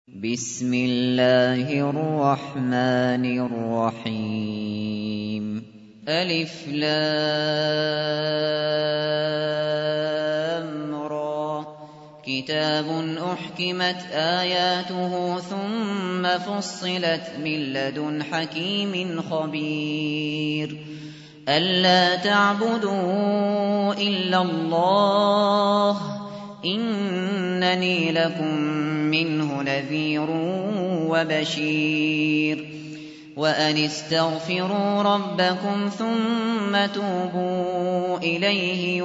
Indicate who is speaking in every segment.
Speaker 1: بسم الله الرحمن الرحيم ألف لام را كتاب أحكمت آياته ثم فصلت من لدن حكيم خبير ألا تعبدوا إلا الله إنني لكم منه نذير وبشير وأن استغفروا ربكم ثم توبوا إليه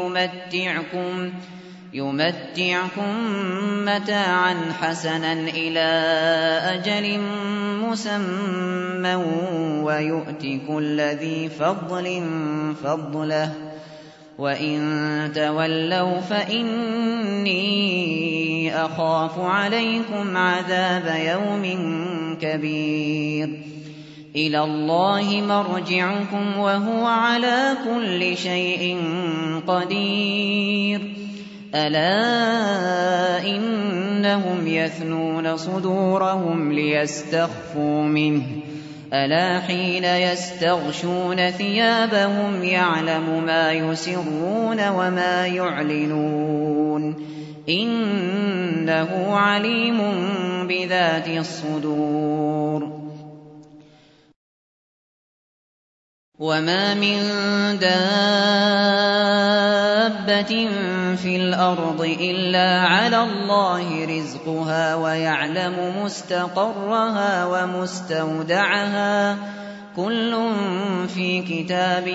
Speaker 1: يمتعكم متاعا حسنا إلى أجل مسمى ويؤت كل ذي فضل فضله وإن تولوا فإني أخاف عليكم عذاب يوم كبير إلى الله مرجعكم وهو على كل شيء قدير ألا إنهم يثنون صدورهم ليستخفوا منه ألا حين يستغشون ثيابهم يعلم ما يسرون وما يعلنون إنه عليم بذات الصدور وما من دابة في الأرض إلا على الله رزقها ويعلم مستقرها ومستودعها كل في كتاب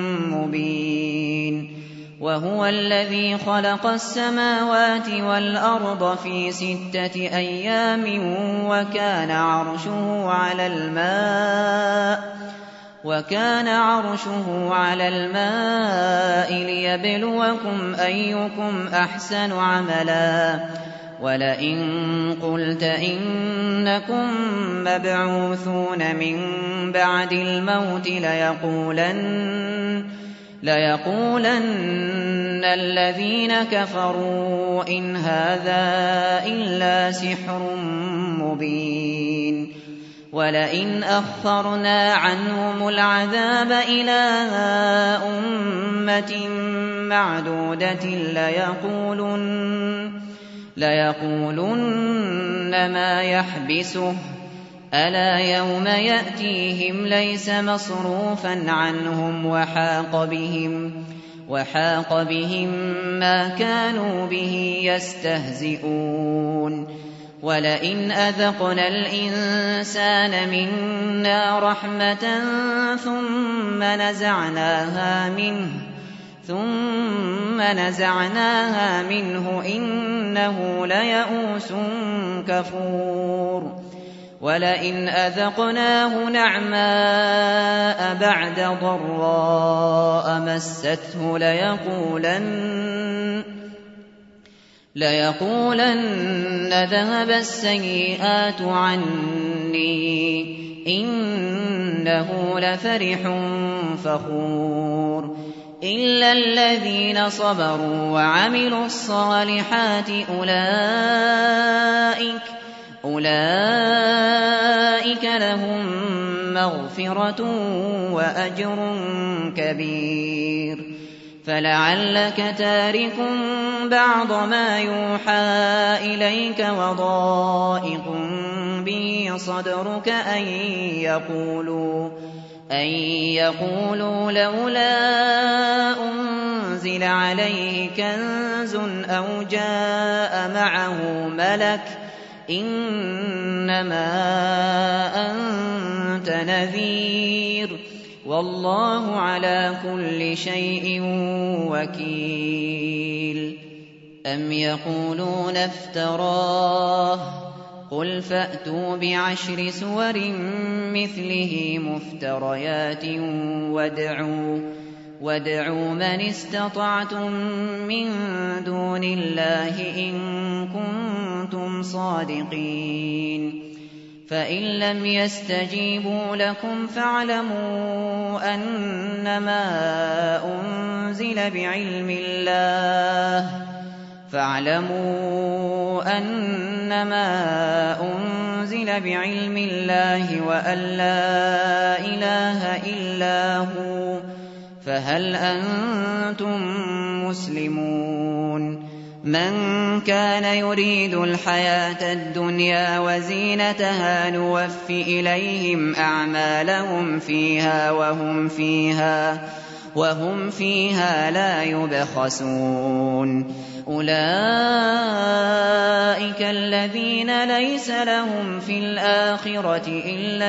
Speaker 1: مبين وهو الذي خلق السماوات والأرض في 6 أيام وكان عرشه على الماء ليبلوكم أيكم أحسن عملا ولئن قلت إنكم مبعوثون من بعد الموت ليقولن الذين كفروا إن هذا إلا سحر مبين ولئن أخرنا عنهم العذاب إلى أمة معدودة ليقولن ما يحبسه ألا يوم يأتيهم ليس مصروفا عنهم وحاق بهم ما كانوا به يستهزئون ولئن أذقنا الإنسان منا رحمة ثم نزعناها منه إنه ليئوس كفور ولئن أذقناه نعماء بعد ضراء مسته ليقولن ذهب السيئات عني إنه لفرح فخور إلا الذين صبروا وعملوا الصالحات أولئك لهم مغفرة وأجر كبير فلعلك تارك بعض ما يوحى إليك وضائق به صدرك أن يقولوا لولا أنزل عليه كنز أو جاء معه ملك إنما أنت نذير والله على كل شيء وكيل أم يقولون افتراه قل فأتوا ب10 سور مثله مفتريات وادعوا من استطعتم من دون الله إن كنتم صادقين فإن لم يستجيبوا لكم فاعلموا أنما أنزل بعلم الله فاعلموا أنما أنزل بعلم الله وأن لا إله إلا هو فهل أنتم مسلمون من كان يريد الحياة الدنيا وزينتها نوف إليهم أعمالهم فيها وهم فيها لا يبخسون أولئك الذين ليس لهم في الآخرة إلا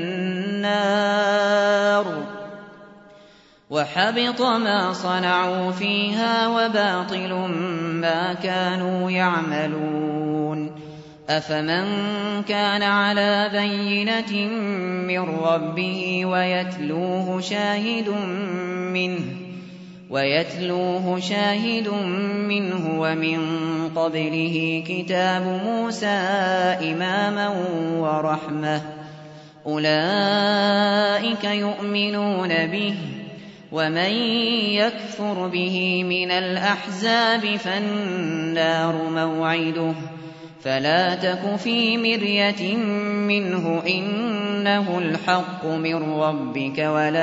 Speaker 1: النار وحبط ما صنعوا فيها وباطل ما كانوا يعملون أفمن كان على بينة من ربه ويتلوه شاهد منه ومن قبله كتاب موسى إماما ورحمة أولئك يؤمنون به ومن يكفر به من الأحزاب فالنار موعده فلا تك في مرية منه إنه الحق من ربك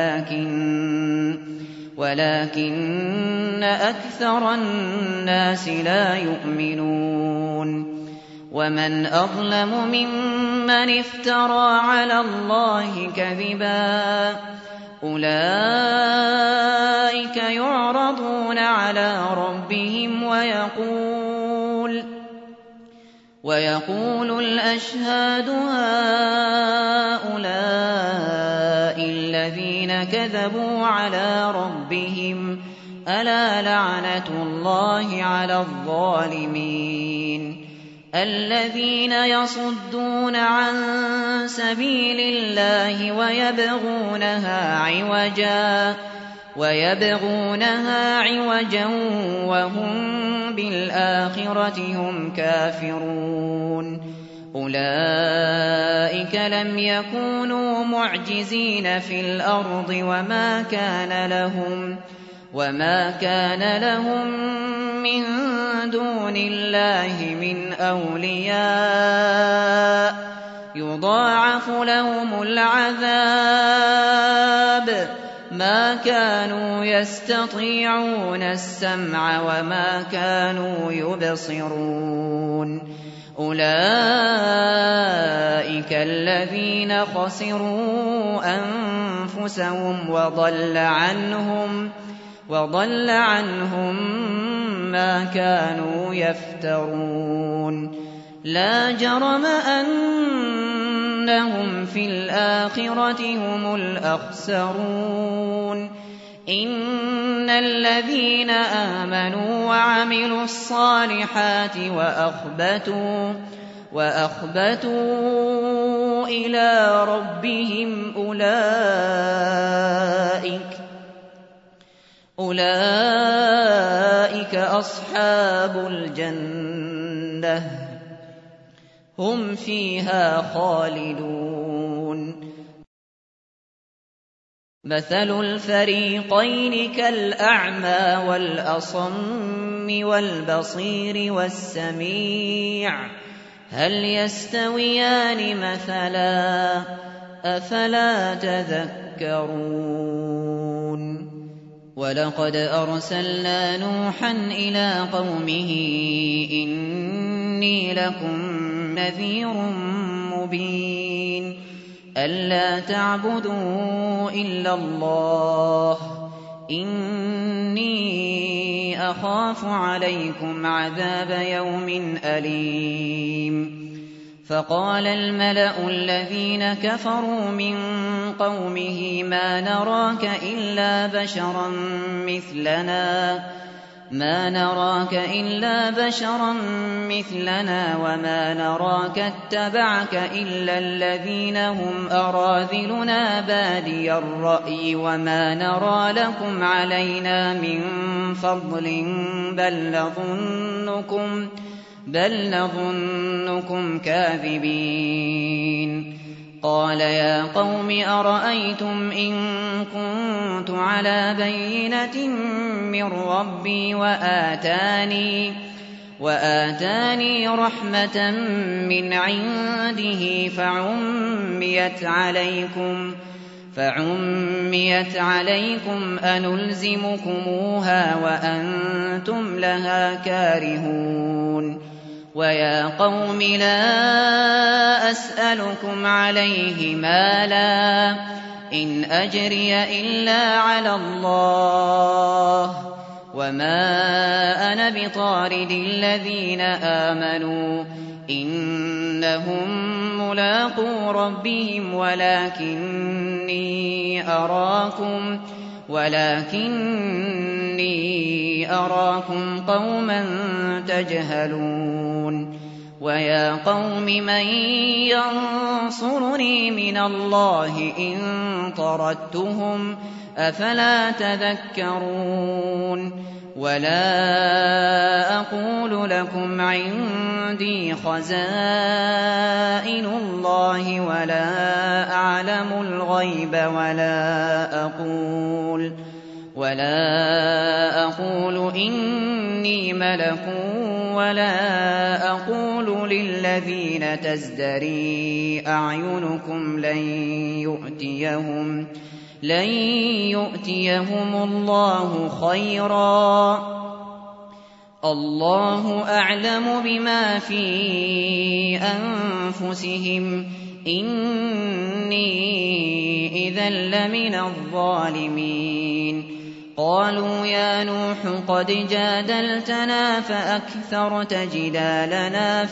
Speaker 1: ولكن أكثر الناس لا يؤمنون ومن أظلم ممن افترى على الله كذبا أولئك يعرضون على ربهم ويقول الأشهاد هؤلاء الذين كذبوا على ربهم ألا لعنة الله على الظالمين الذين يصدون عن سبيل الله ويبغونها عوجا وهم بالآخرة هم كافرون أولئك لم يكونوا معجزين في الأرض وما كان لهم من دون الله من أولياء يضاعف لهم العذاب ما كانوا يستطيعون السمع وما كانوا يبصرون أولئك الذين خسروا أنفسهم وضل عنهم ما كانوا يفترون لا جرم أنهم في الآخرة هم الأخسرون إن الذين آمنوا وعملوا الصالحات وأخبتوا إلى ربهم أولئك أصحاب الجنة هم فيها خالدون مثل الفريقين كالأعمى والأصم والبصير والسميع هل يستويان مثلا أفلا تذكرون ولقد أرسلنا نوحا إلى قومه إني لكم نذير مبين ألا تعبدوا إلا الله إني أخاف عليكم عذاب يوم أليم فقال الملأ الذين كفروا من قومه ما نراك إلا بشرا مثلنا وما نراك اتبعك إلا الذين هم أراذلنا بادي الرأي وما نرى لكم علينا من فضل بل نظنكم كاذبين قال يا قوم أرأيتم إن كنت على بينة من ربي وآتاني رحمة من عنده فعميت عليكم أنلزمكموها وأنتم لها كارهون ويا قوم لا أسألكم عليه مالا إن أجري إلا على الله وما أنا بطارد الذين آمنوا إنهم ملاقو ربهم ولكني أراكم قوما تجهلون ويا قوم من ينصرني من الله إن طردتهم أفلا تذكرون ولا أقول لكم عندي خزائن الله ولا أعلم الغيب ولا أقول إني ملك ولا أقول للذين تزدري أعينكم لن يؤتيهم الله خيرا الله أعلم بما في أنفسهم إني إذا لمن الظالمين قالوا يا نوح قد جادلتنا فأكثرت جدالنا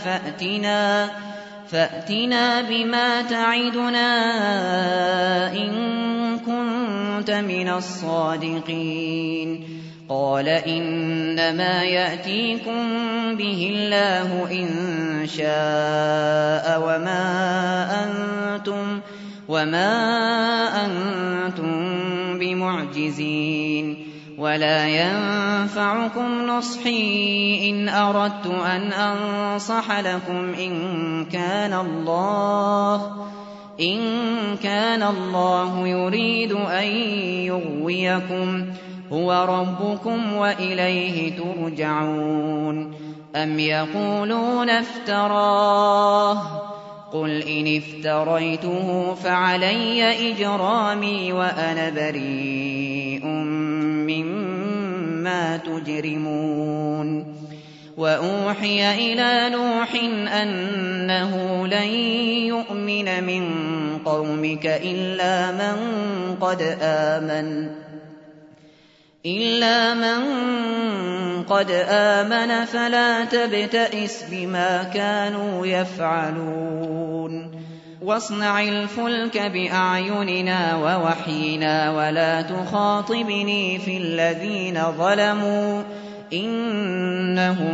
Speaker 1: فأتنا بما تعدنا إن كنت من الصادقين قال إنما يأتيكم به الله إن شاء وما أنتم بمعجزين ولا ينفعكم نصحي إن أردت أن أنصح لكم إن كان الله يريد أن يغويكم هو ربكم وإليه ترجعون أم يقولون افتراه قل إن افتريته فعلي إجرامي وأنا بريء مما تجرمون وأوحي إلى نوح أنه لن يؤمن من قومك إلا من قد آمن فلا تبتئس بما كانوا يفعلون واصنع الفلك بأعيننا ووحينا ولا تخاطبني في الذين ظلموا إنهم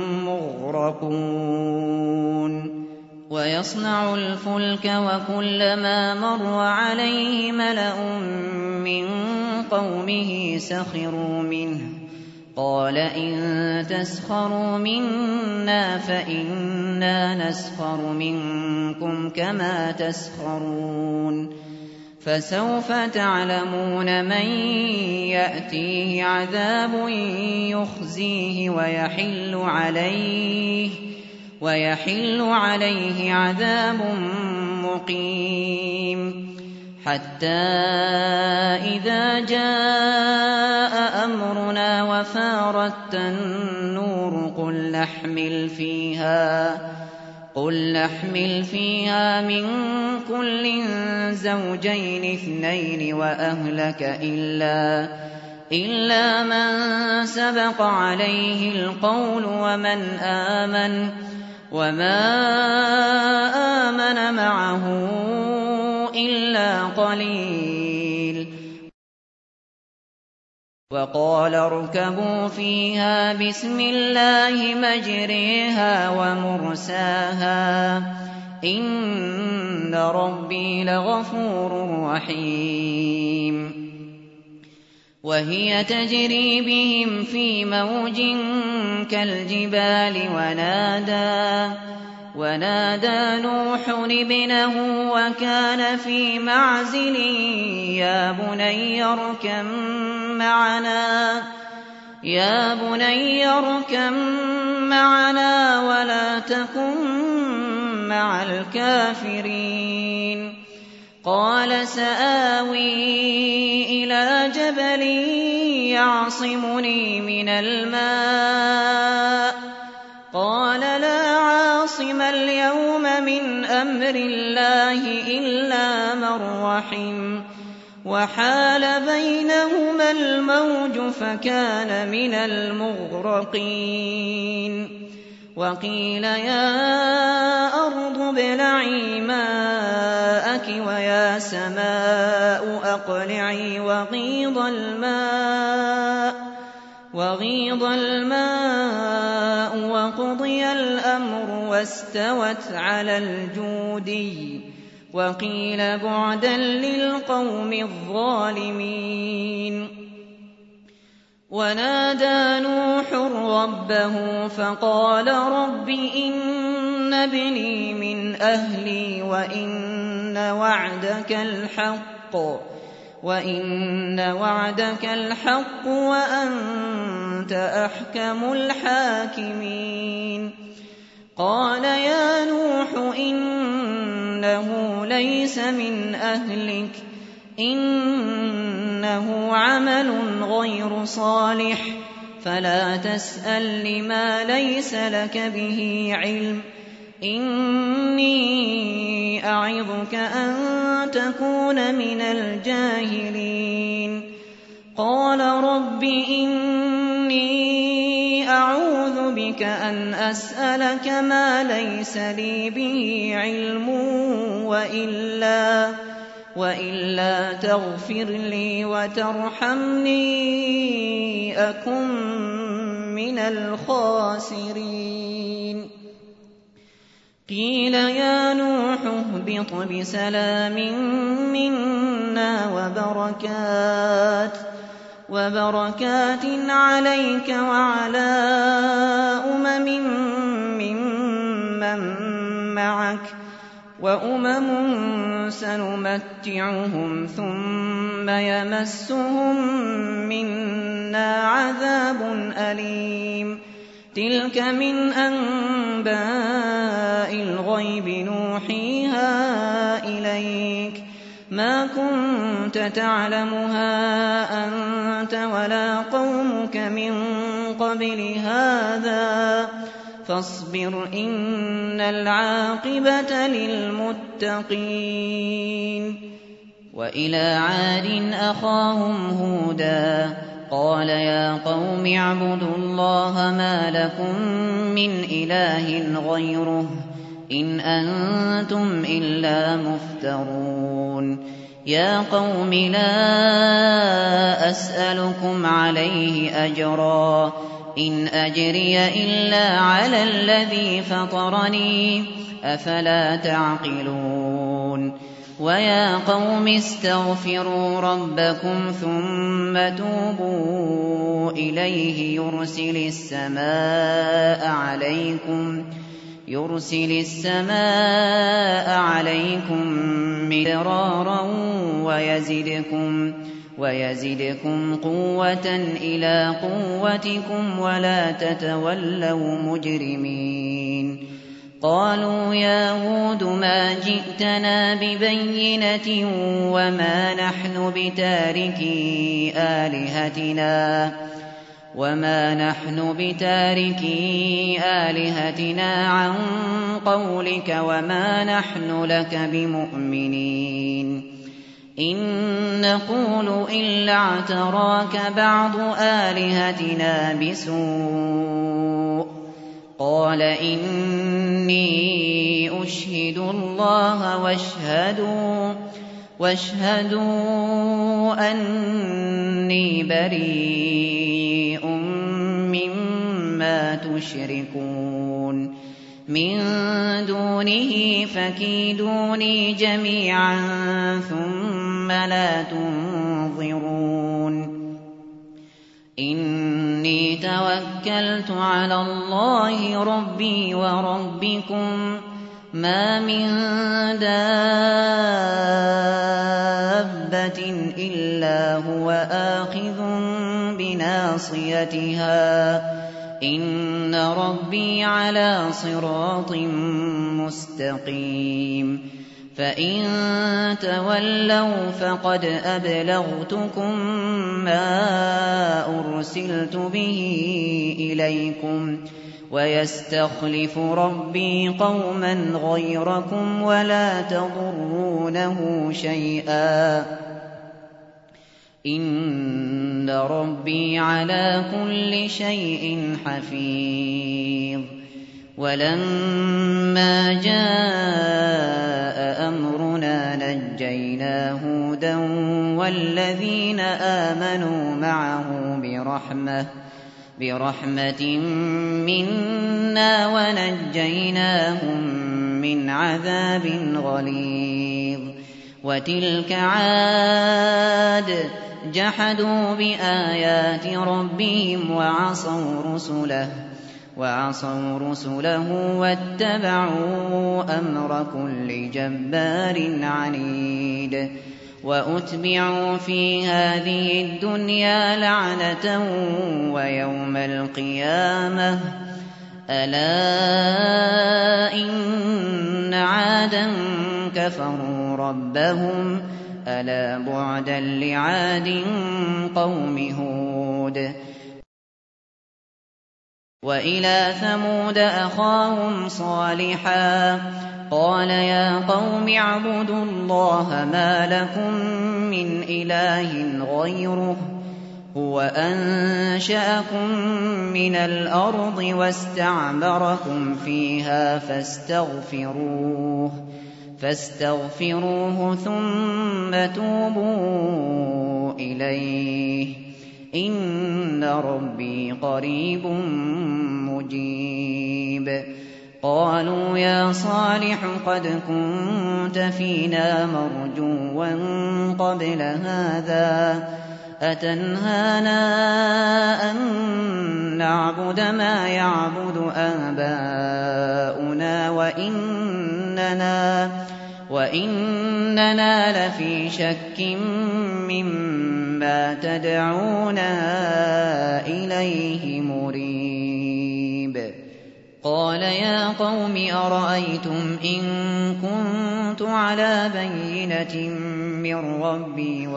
Speaker 1: مغرقون ويصنع الفلك وكلما مر عليه ملأ من قومه سخروا منه قال إن تسخروا منا فإنا نسخر منكم كما تسخرون فسوف تعلمون من يأتيه عذاب يخزيه ويحل عليه عذاب مقيم حتى إذا جاء أمرنا وفارت النور قل نحمل فيها من كل زوجين اثنين وأهلك إلا من سبق عليه القول وما آمن معه إلا قليل وقال اركبوا فيها بسم الله مجريها ومرساها إن ربي لغفور رحيم وهي تجري بهم في موج كالجبال ونادى نوح ابنه وكان في معزل يا بني اركب معنا ولا تكن مع الكافرين. قال سآوي إلى جبل يعصمني من الماء قال لا عاصم اليوم من أمر الله إلا من رحم وحال بينهما الموج فكان من المغرقين. وقيل يا أرض ابلعي ماءك ويا سماء أقلعي وغيض الماء وقضي الأمر واستوت على الجودي وقيل بعدا للقوم الظالمين. ونادى نوح ربه فقال رب إن ابني من أهلي وإن وعدك الحق وأنت أحكم الحاكمين. قال يا نوح إنه ليس من أهلك إنه عمل غير صالح فلا تسأل لما ليس لك به علم إني أعظك أن تكون من الجاهلين. قال رب إني أعوذ بك أن أسألك ما ليس لي به علم وإلا تغفر لي وترحمني أكن من الخاسرين. قيل يا نوح اهبط بسلام منا وبركات عليك وعلى ممن معك وأمم سنمتعهم ثم يمسهم منا عذاب أليم. تلك من أنباء الغيب نوحيها إليك ما كنت تعلمها أنت ولا قومك من قبل هذا فاصبر إن العاقبة للمتقين. وإلى عاد أخاهم هودا قال يا قوم اعبدوا الله ما لكم من إله غيره إن أنتم إلا مفترون. يا قوم لا أسألكم عليه أجرا إن أجري إلا على الذي فطرني أفلا تعقلون. ويا قوم استغفروا ربكم ثم توبوا إليه يرسل السماء عليكم مدرارا ويزدكم قوة إلى قوتكم ولا تتولوا مجرمين. قالوا يا هود ما جئتنا ببينة وما نحن بتاركي آلهتنا عن قولك وما نحن لك بمؤمنين. إن نقول إلا اعتراك بعض آلهتنا بسوء قال إني أشهد الله واشهدوا أني بريء مما تشركون من دونه فكيدوني جميعا ثم لا تنظرون. إني توكلت على الله ربي وربكم ما من دابة إلا هو آخذ بناصيتها إِنَّ رَبِّي عَلَىٰ صِرَاطٍ مُّسْتَقِيمٍ فَإِن تَوَلَّوْا فَقَدْ أَبْلَغْتُكُم مَّا أُرْسِلْتُ بِهِ إِلَيْكُمْ ۖ وَيَسْتَخْلِفُ رَبِّي قَوْمًا غَيْرَكُمْ وَلَا تَضُرُّونَهُ شَيْئًا ۚ إِنَّ رَبِّي عَلَىٰ كُلِّ شَيْءٍ حَفِيظٌ وَلَمَّا جَاءَ أَمْرُنَا نَجَّيْنَا هُودًا وَالَّذِينَ آمَنُوا مَعَهُ بِرَحْمَةٍ مِّنَّا وَنَجَّيْنَاهُم مِّنْ عَذَابٍ غَلِيظٍ وَتِلْكَ عَادٌ ۖ جَحَدُوا بِآيَاتِ رَبِّهِمْ وَعَصَوْا رُسُلَهُ وَاتَّبَعُوا أَمْرَ كُلِّ جَبَّارٍ عَنِيدٍ وَأُتْبِعُوا فِي هَٰذِهِ الدُّنْيَا لَعْنَةً وَيَوْمَ الْقِيَامَةِ ۗ أَلَا إِنَّ عَادًا كَفَرُوا رَبَّهُمْ ۗ أَلَا بُعْدًا لِّعَادٍ قَوْمِ هُودٍ وَإِلَىٰ ثَمُودَ أَخَاهُمْ صَالِحًا ۗ قَالَ يَا قَوْمِ اعْبُدُوا اللَّهَ مَا لَكُم مِّنْ إِلَٰهٍ غَيْرُهُ ۖ هُوَ أَنشَأَكُم مِّنَ الْأَرْضِ وَاسْتَعْمَرَكُمْ فِيهَا فَاسْتَغْفِرُوهُ ثُمَّ تُوبُوا إِلَيْهِ ۚ إِنَّ رَبِّي قَرِيبٌ مُّجِيبٌ قَالُوا يَا صَالِحُ قَدْ كُنتَ فِينَا مَرْجُوًّا قَبْلَ هَٰذَا ۖ أَتَنْهَانَا أَن نَّعْبُدَ مَا يَعْبُدُ آبَاؤُنَا وَإِنَّنَا لَفِي شَكٍّ مِّمَّا تَدْعُونَا إِلَيْهِ مُرِيبٍ قَالَ يَا قَوْمِ أَرَأَيْتُمْ إِن كُنتُ عَلَىٰ بَيِّنَةٍ مِّن رَّبِّي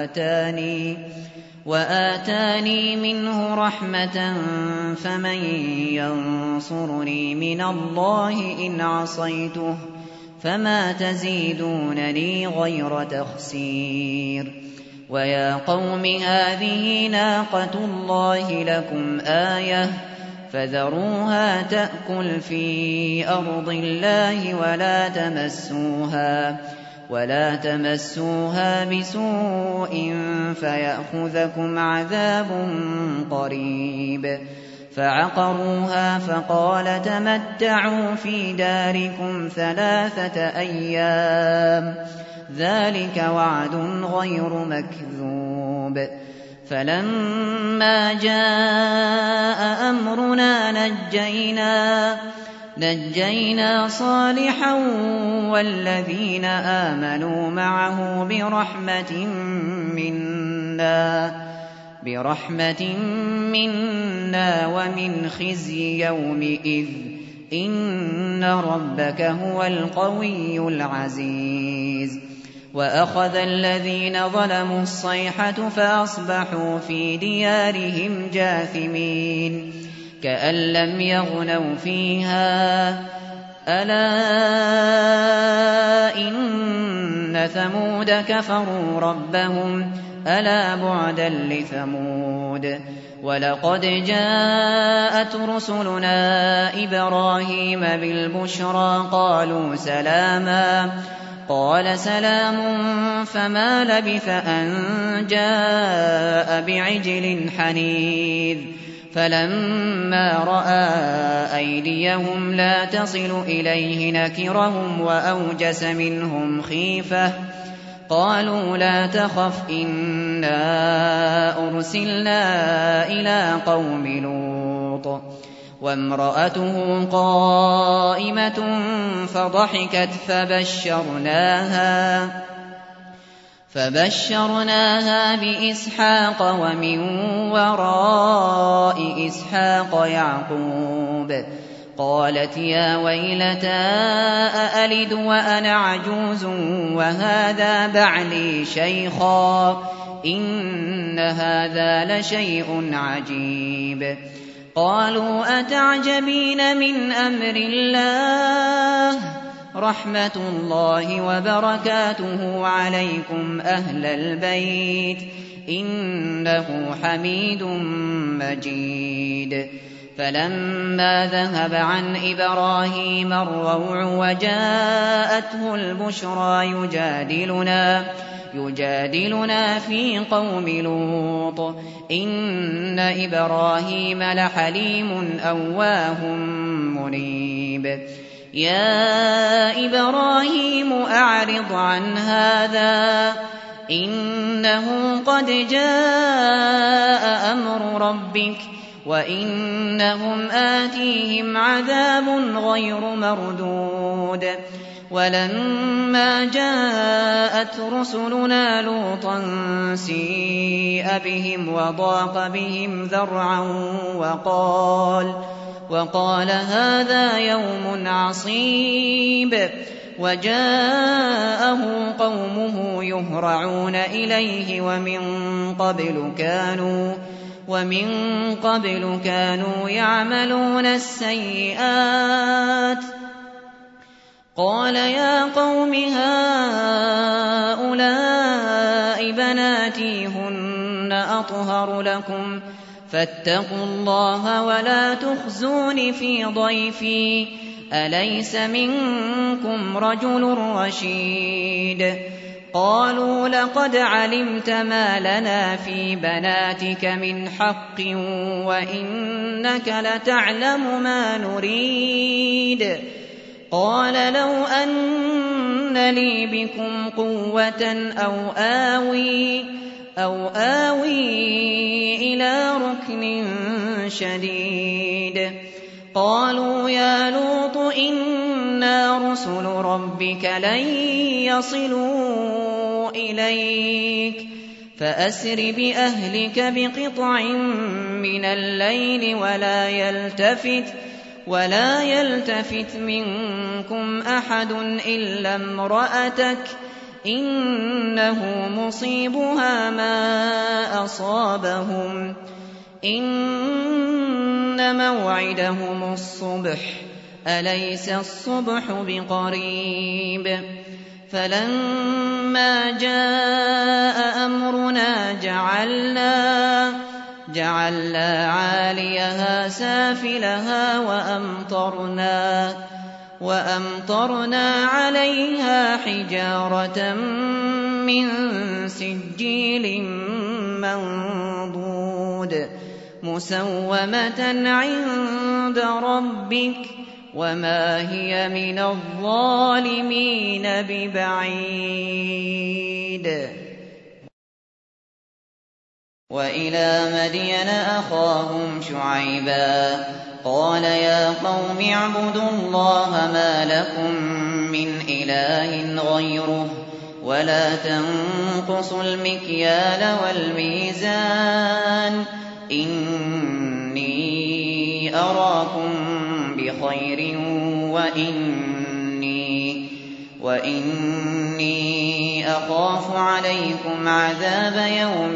Speaker 1: وَآتَانِي مِنْهُ رَحْمَةً فَمَن يَنصُرُنِي مِنَ اللَّهِ إِنْ عَصَيْتُهُ ۖ فَمَا تَزِيدُونَنِي غَيْرَ تَخْسِيرٍ وَيَا قَوْمِ هَٰذِهِ نَاقَةُ اللَّهِ لَكُمْ آيَةً فَذَرُوهَا تَأْكُلْ فِي أَرْضِ اللَّهِ وَلَا تَمَسُّوهَا بِسُوءٍ فَيَأْخُذَكُمْ عَذَابٌ قَرِيبٌ فَعَقَرُوهَا فَقَالَ تَمَتَّعُوا فِي دَارِكُمْ 3 أيام ۖ ذَٰلِكَ وَعْدٌ غَيْرُ مَكْذُوبٍ فَلَمَّا جَاءَ أَمْرُنَا نَجَّيْنَا صَالِحًا وَالَّذِينَ آمَنُوا مَعَهُ بِرَحْمَةٍ مِّنَّا وَمِنْ خِزْيِ يَوْمِئِذٍ ۗ إِنَّ رَبَّكَ هُوَ الْقَوِيُّ الْعَزِيزُ وَأَخَذَ الَّذِينَ ظَلَمُوا الصَّيْحَةُ فَأَصْبَحُوا فِي دِيَارِهِمْ جَاثِمِينَ كَأَن لَّمْ يَغْنَوْا فِيهَا ۗ أَلَا إِنَّ ثَمُودَ كَفَرُوا رَبَّهُمْ ۗ أَلَا بُعْدًا لِّثَمُودَ وَلَقَدْ جَاءَتْ رُسُلُنَا إِبْرَاهِيمَ بِالْبُشْرَىٰ قَالُوا سَلَامًا ۖ قَالَ سَلَامٌ فَمَا لَبِثَ أَن جَاءَ بِعِجْلٍ حَنِيذٍ فَلَمَّا رَأَىٰ أَيْدِيَهُمْ لَا تَصِلُ إِلَيْهِ نَكِرَهُمْ وَأَوْجَسَ مِنْهُمْ خِيفَةً قَالُوا لَا تَخَفْ إِنَّا أُرْسِلْنَا إِلَىٰ قَوْمِ لُوطٍ وَامْرَأَتُهُ فبشرناها بإسحاق ومن وراء إسحاق يعقوب. قالت يا ويلتى أألد وأنا عجوز وهذا بعلي شيخا إن هذا لشيء عجيب. قالوا أتعجبين من أمر الله رحمة الله وبركاته عليكم أهل البيت إنه حميد مجيد. فلما ذهب عن إبراهيم الروع وجاءته البشرى يجادلنا في قوم لوط إن إبراهيم لحليم أواه منيب. يا إبراهيم أعرض عن هذا إنه قد جاء أمر ربك وإنهم آتيهم عذاب غير مردود. ولما جاءت رسلنا لوطا سيء بهم وضاق بهم ذرعا وقال هذا يوم عصيب. وجاءه قومه يهرعون إليه ومن قبل كانوا يعملون السيئات. قال يا قوم هؤلاء بناتي هن أطهر لكم فاتقوا الله ولا تخزون في ضيفي أليس منكم رجل رشيد. قالوا لقد علمت ما لنا في بناتك من حق وإنك لتعلم ما نريد. قال لو أن لي بكم قوة أو آوي إلى ركن شديد. قالوا يا لوط إنا رسل ربك لن يصلوا إليك فأسر بأهلك بقطع من الليل ولا يلتفت منكم أحد إلا امرأتك إنه مصيبها ما أصابهم إن موعدهم الصبح أليس الصبح بقريب. فلما جاء أمرنا جعلنا عاليها سافلها وأمطرنا عليها حجارة من سجيل منضود مسومة عند ربك وما هي من الظالمين ببعيد. وإلى مدين أخاهم شعيبا قال يا قوم اعبدوا الله ما لكم من إله غيره ولا تنقصوا المكيال والميزان إني أراكم بخير وإني أخاف عليكم عذاب يوم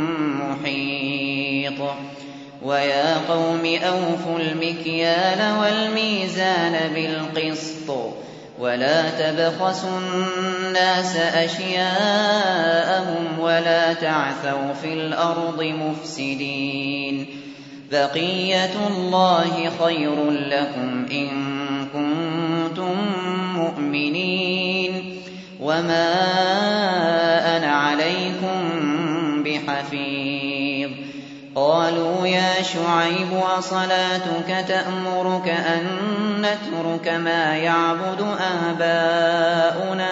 Speaker 1: محيط. ويا قوم أوفوا المكيال والميزان بالقسط ولا تبخسوا الناس أشياءهم ولا تعثوا في الأرض مفسدين. بقية الله خير لكم إن كنتم مؤمنين وما أنا عليكم بحفيظ. قالوا يا شعيب وصلاتك تأمرك أن نترك ما يعبد آباؤنا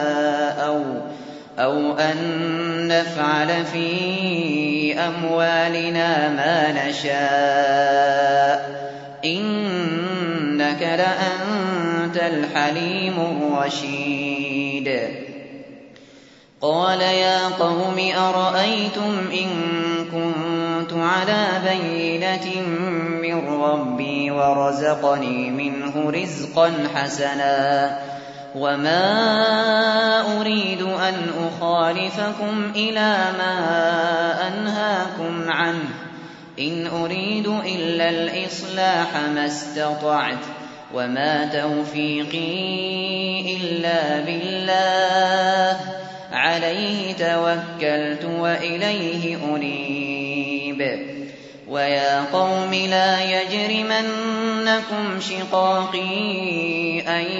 Speaker 1: أو أن نفعل في أموالنا ما نشاء إنك لأنت الحليم الرشيد. قال يا قوم أرأيتم إن كنت على بينة من ربي ورزقني منه رزقا حسنا وما أريد أن أخالفكم إلى ما أنهاكم عنه إن أريد إلا الإصلاح ما استطعت وما توفيقي إلا بالله عليه توكلت وإليه أنيب ويا قوم لا يجرمنكم شقاقي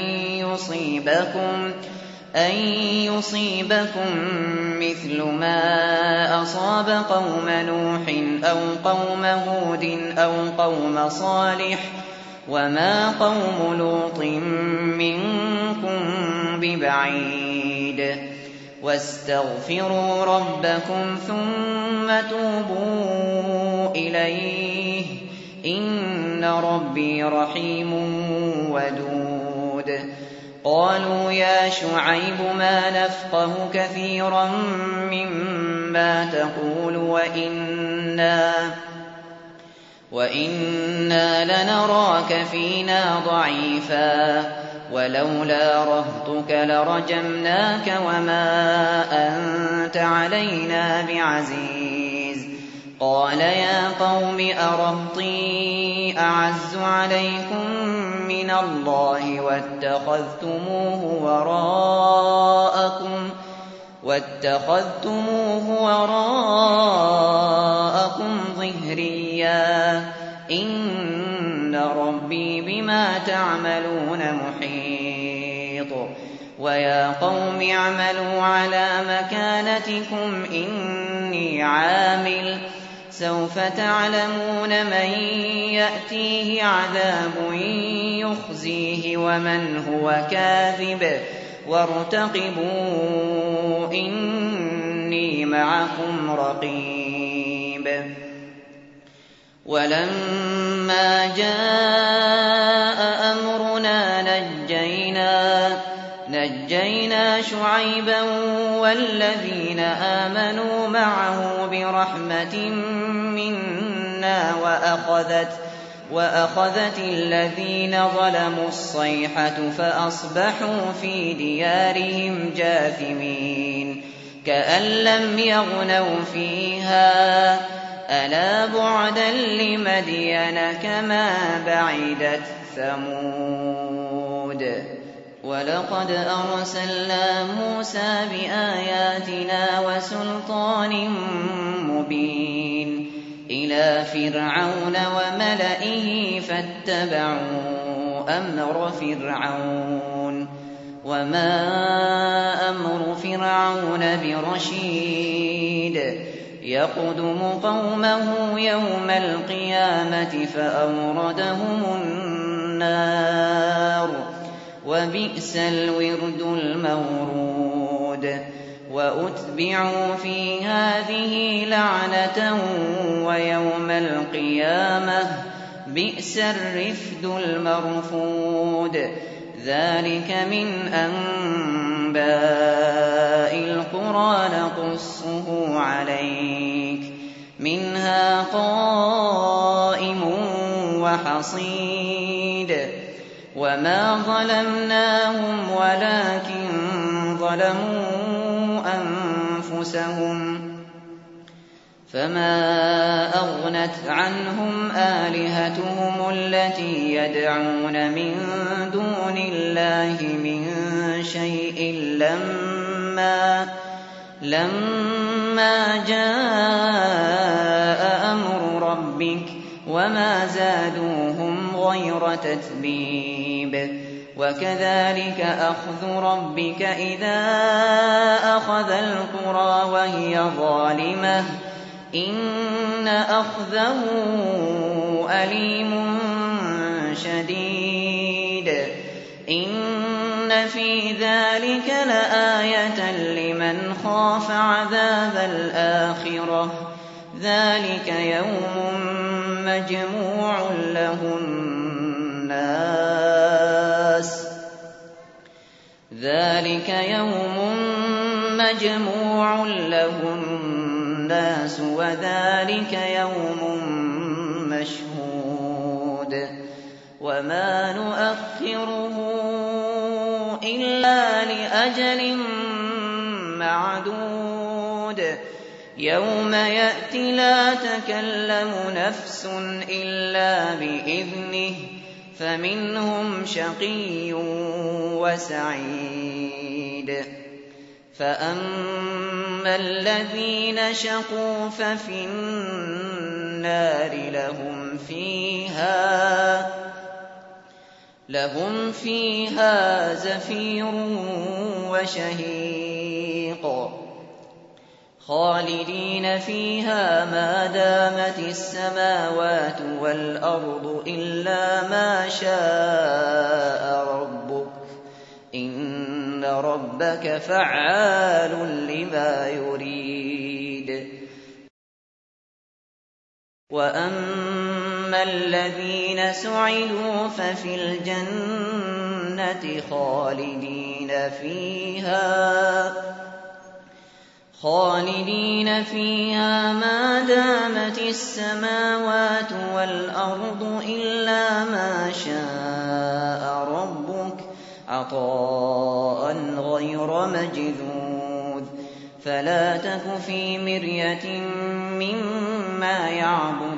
Speaker 1: أن يصيبكم مثل ما أصاب قوم نوح أو قوم هود أو قوم صالح وما قوم لوط منكم ببعيد واستغفروا ربكم ثم توبوا إليه إن ربي رحيم ودود قالوا يا شعيب ما نفقه كثيرا مما تقول وإنا لنراك فينا ضعيفا ولولا رهطك لرجمناك وما أنت علينا بعزيز قال يا قوم أرهطي أعز عليكم من الله واتخذتموه وراءكم ظهريا إن ربي بما تعملون محيط ويا قوم اعملوا على مكانتكم إني عامل سوف تعلمون من يأتيه عذاب يخزيه ومن هو كاذب وارتقبوا إني معكم رقيب ولما جاء أمرنا نجينا شعيبا والذين آمنوا معه برحمة منا وأخذت الذين ظلموا الصيحة فأصبحوا في ديارهم جاثمين كأن لم يغنوا فيها ألا بعدا لمدين كما بعدت ثمود ولقد أرسلنا موسى بآياتنا وسلطان مبين إلى فرعون وملئه فاتبعوا أمر فرعون وما أمر فرعون برشيد يقدم قومه يوم القيامة فأوردهم النار وبئس الورد المورود وأتبعوا في هذه لعنة ويوم القيامة بئس الرفد المرفود ذلك من أنباء القرى نقصه عليك منها قائم وحصيد وما ظلمناهم ولكن ظلموا أنفسهم فما أغنت عنهم آلهتهم التي يدعون من دون الله من شيء لما جاء أمر ربك وما زادوهم غير تتبيب وكذلك أخذ ربك إذا أخذ القرى وهي ظالمة إن أخذه أليم شديد إن في ذلك لآية لمن خاف عذاب الآخرة ذلك يوم مجموع له الناس مجموع له الناس وذلك يوم مشهود وما نؤخره إلا لأجل معدود يوم يأتي لا تكلم نفس إلا بإذنه فمنهم شقي وسعيد فأما الذين شقوا ففي النار لهم فيها زفير وشهيق خالدين فيها ما دامت السماوات والأرض إلا ما شاء ربك إن ربك فعال لما يريد وأما الذين سعدوا ففي الجنة خالدين فيها ما دامت السماوات والأرض إلا ما شاء ربك عطاء غير مجذوذ فلا تك في مرية مما يعبد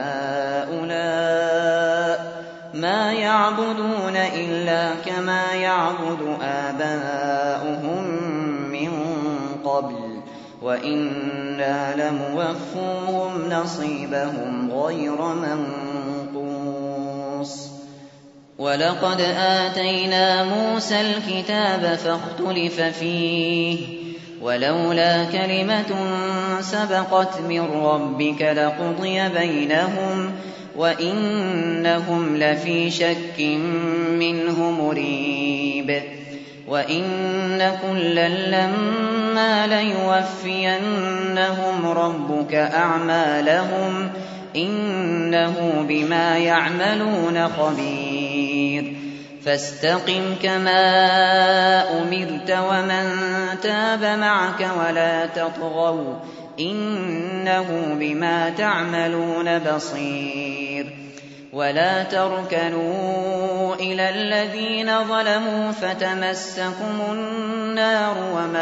Speaker 1: هؤلاء ما يعبدون إلا كما يعبد آباؤهم من قبل وإنا لموفوهم نصيبهم غير منقوص ولقد آتينا موسى الكتاب فاختلف فيه ولولا كلمة سبقت من ربك لقضي بينهم وإنهم لفي شك منه مريب وإن كلا لما ليوفينهم ربك أعمالهم إنه بما يعملون خبير فاستقم كما أمرت ومن تاب معك ولا تطغوا إنه بما تعملون بصير ولا تركنوا إلى الذين ظلموا فتمسكم النار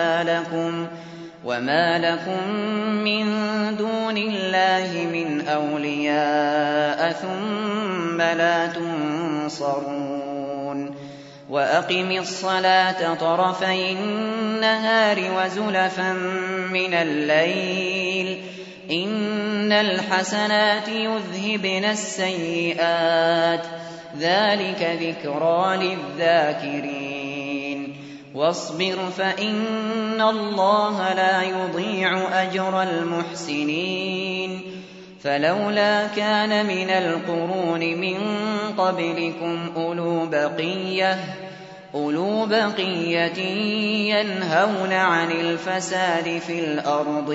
Speaker 1: وما لكم من دون الله من أولياء ثم لا تنصرون وأقم الصلاة طرفي النهار وزلفا من الليل إن الحسنات يذهبن السيئات ذلك ذكرى للذاكرين واصبر فإن الله لا يضيع أجر المحسنين فلولا كان من القرون من قبلكم أولو بقية ينهون عن الفساد في الأرض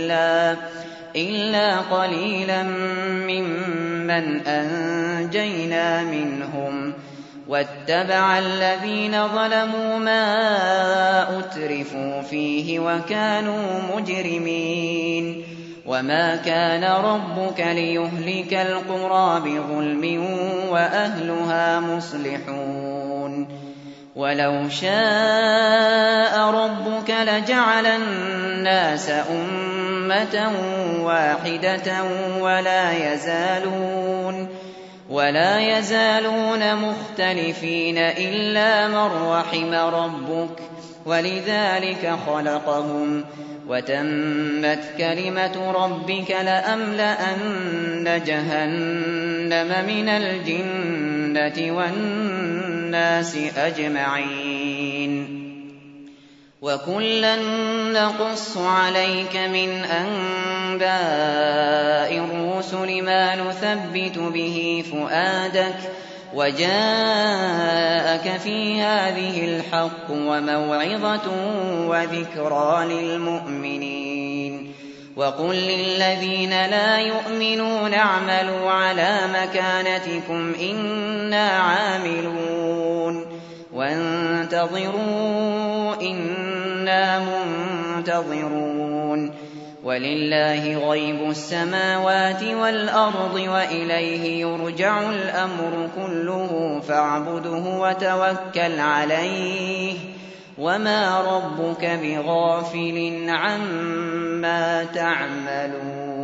Speaker 1: إلا قليلا ممن أنجينا منهم واتبع الذين ظلموا ما أترفوا فيه وكانوا مجرمين وما كان ربك ليهلك القرى بظلم وأهلها مصلحون ولو شاء ربك لجعل الناس أمة واحدة ولا يزالون مختلفين إلا من رحم ربك ولذلك خلقهم وتمت كلمة ربك لأملأن جهنم من الجنة والناس أجمعين وكلا نقص عليك من أنباء الرسل ما نثبت به فؤادك وجاءك في هذه الحق وموعظة وذكرى للمؤمنين وقل للذين لا يؤمنون اعملوا على مكانتكم إنا عاملون وانتظروا إنا منتظرون ولله غيب السماوات والأرض وإليه يرجع الأمر كله فاعبده وتوكل عليه وما ربك بغافل عما تعملون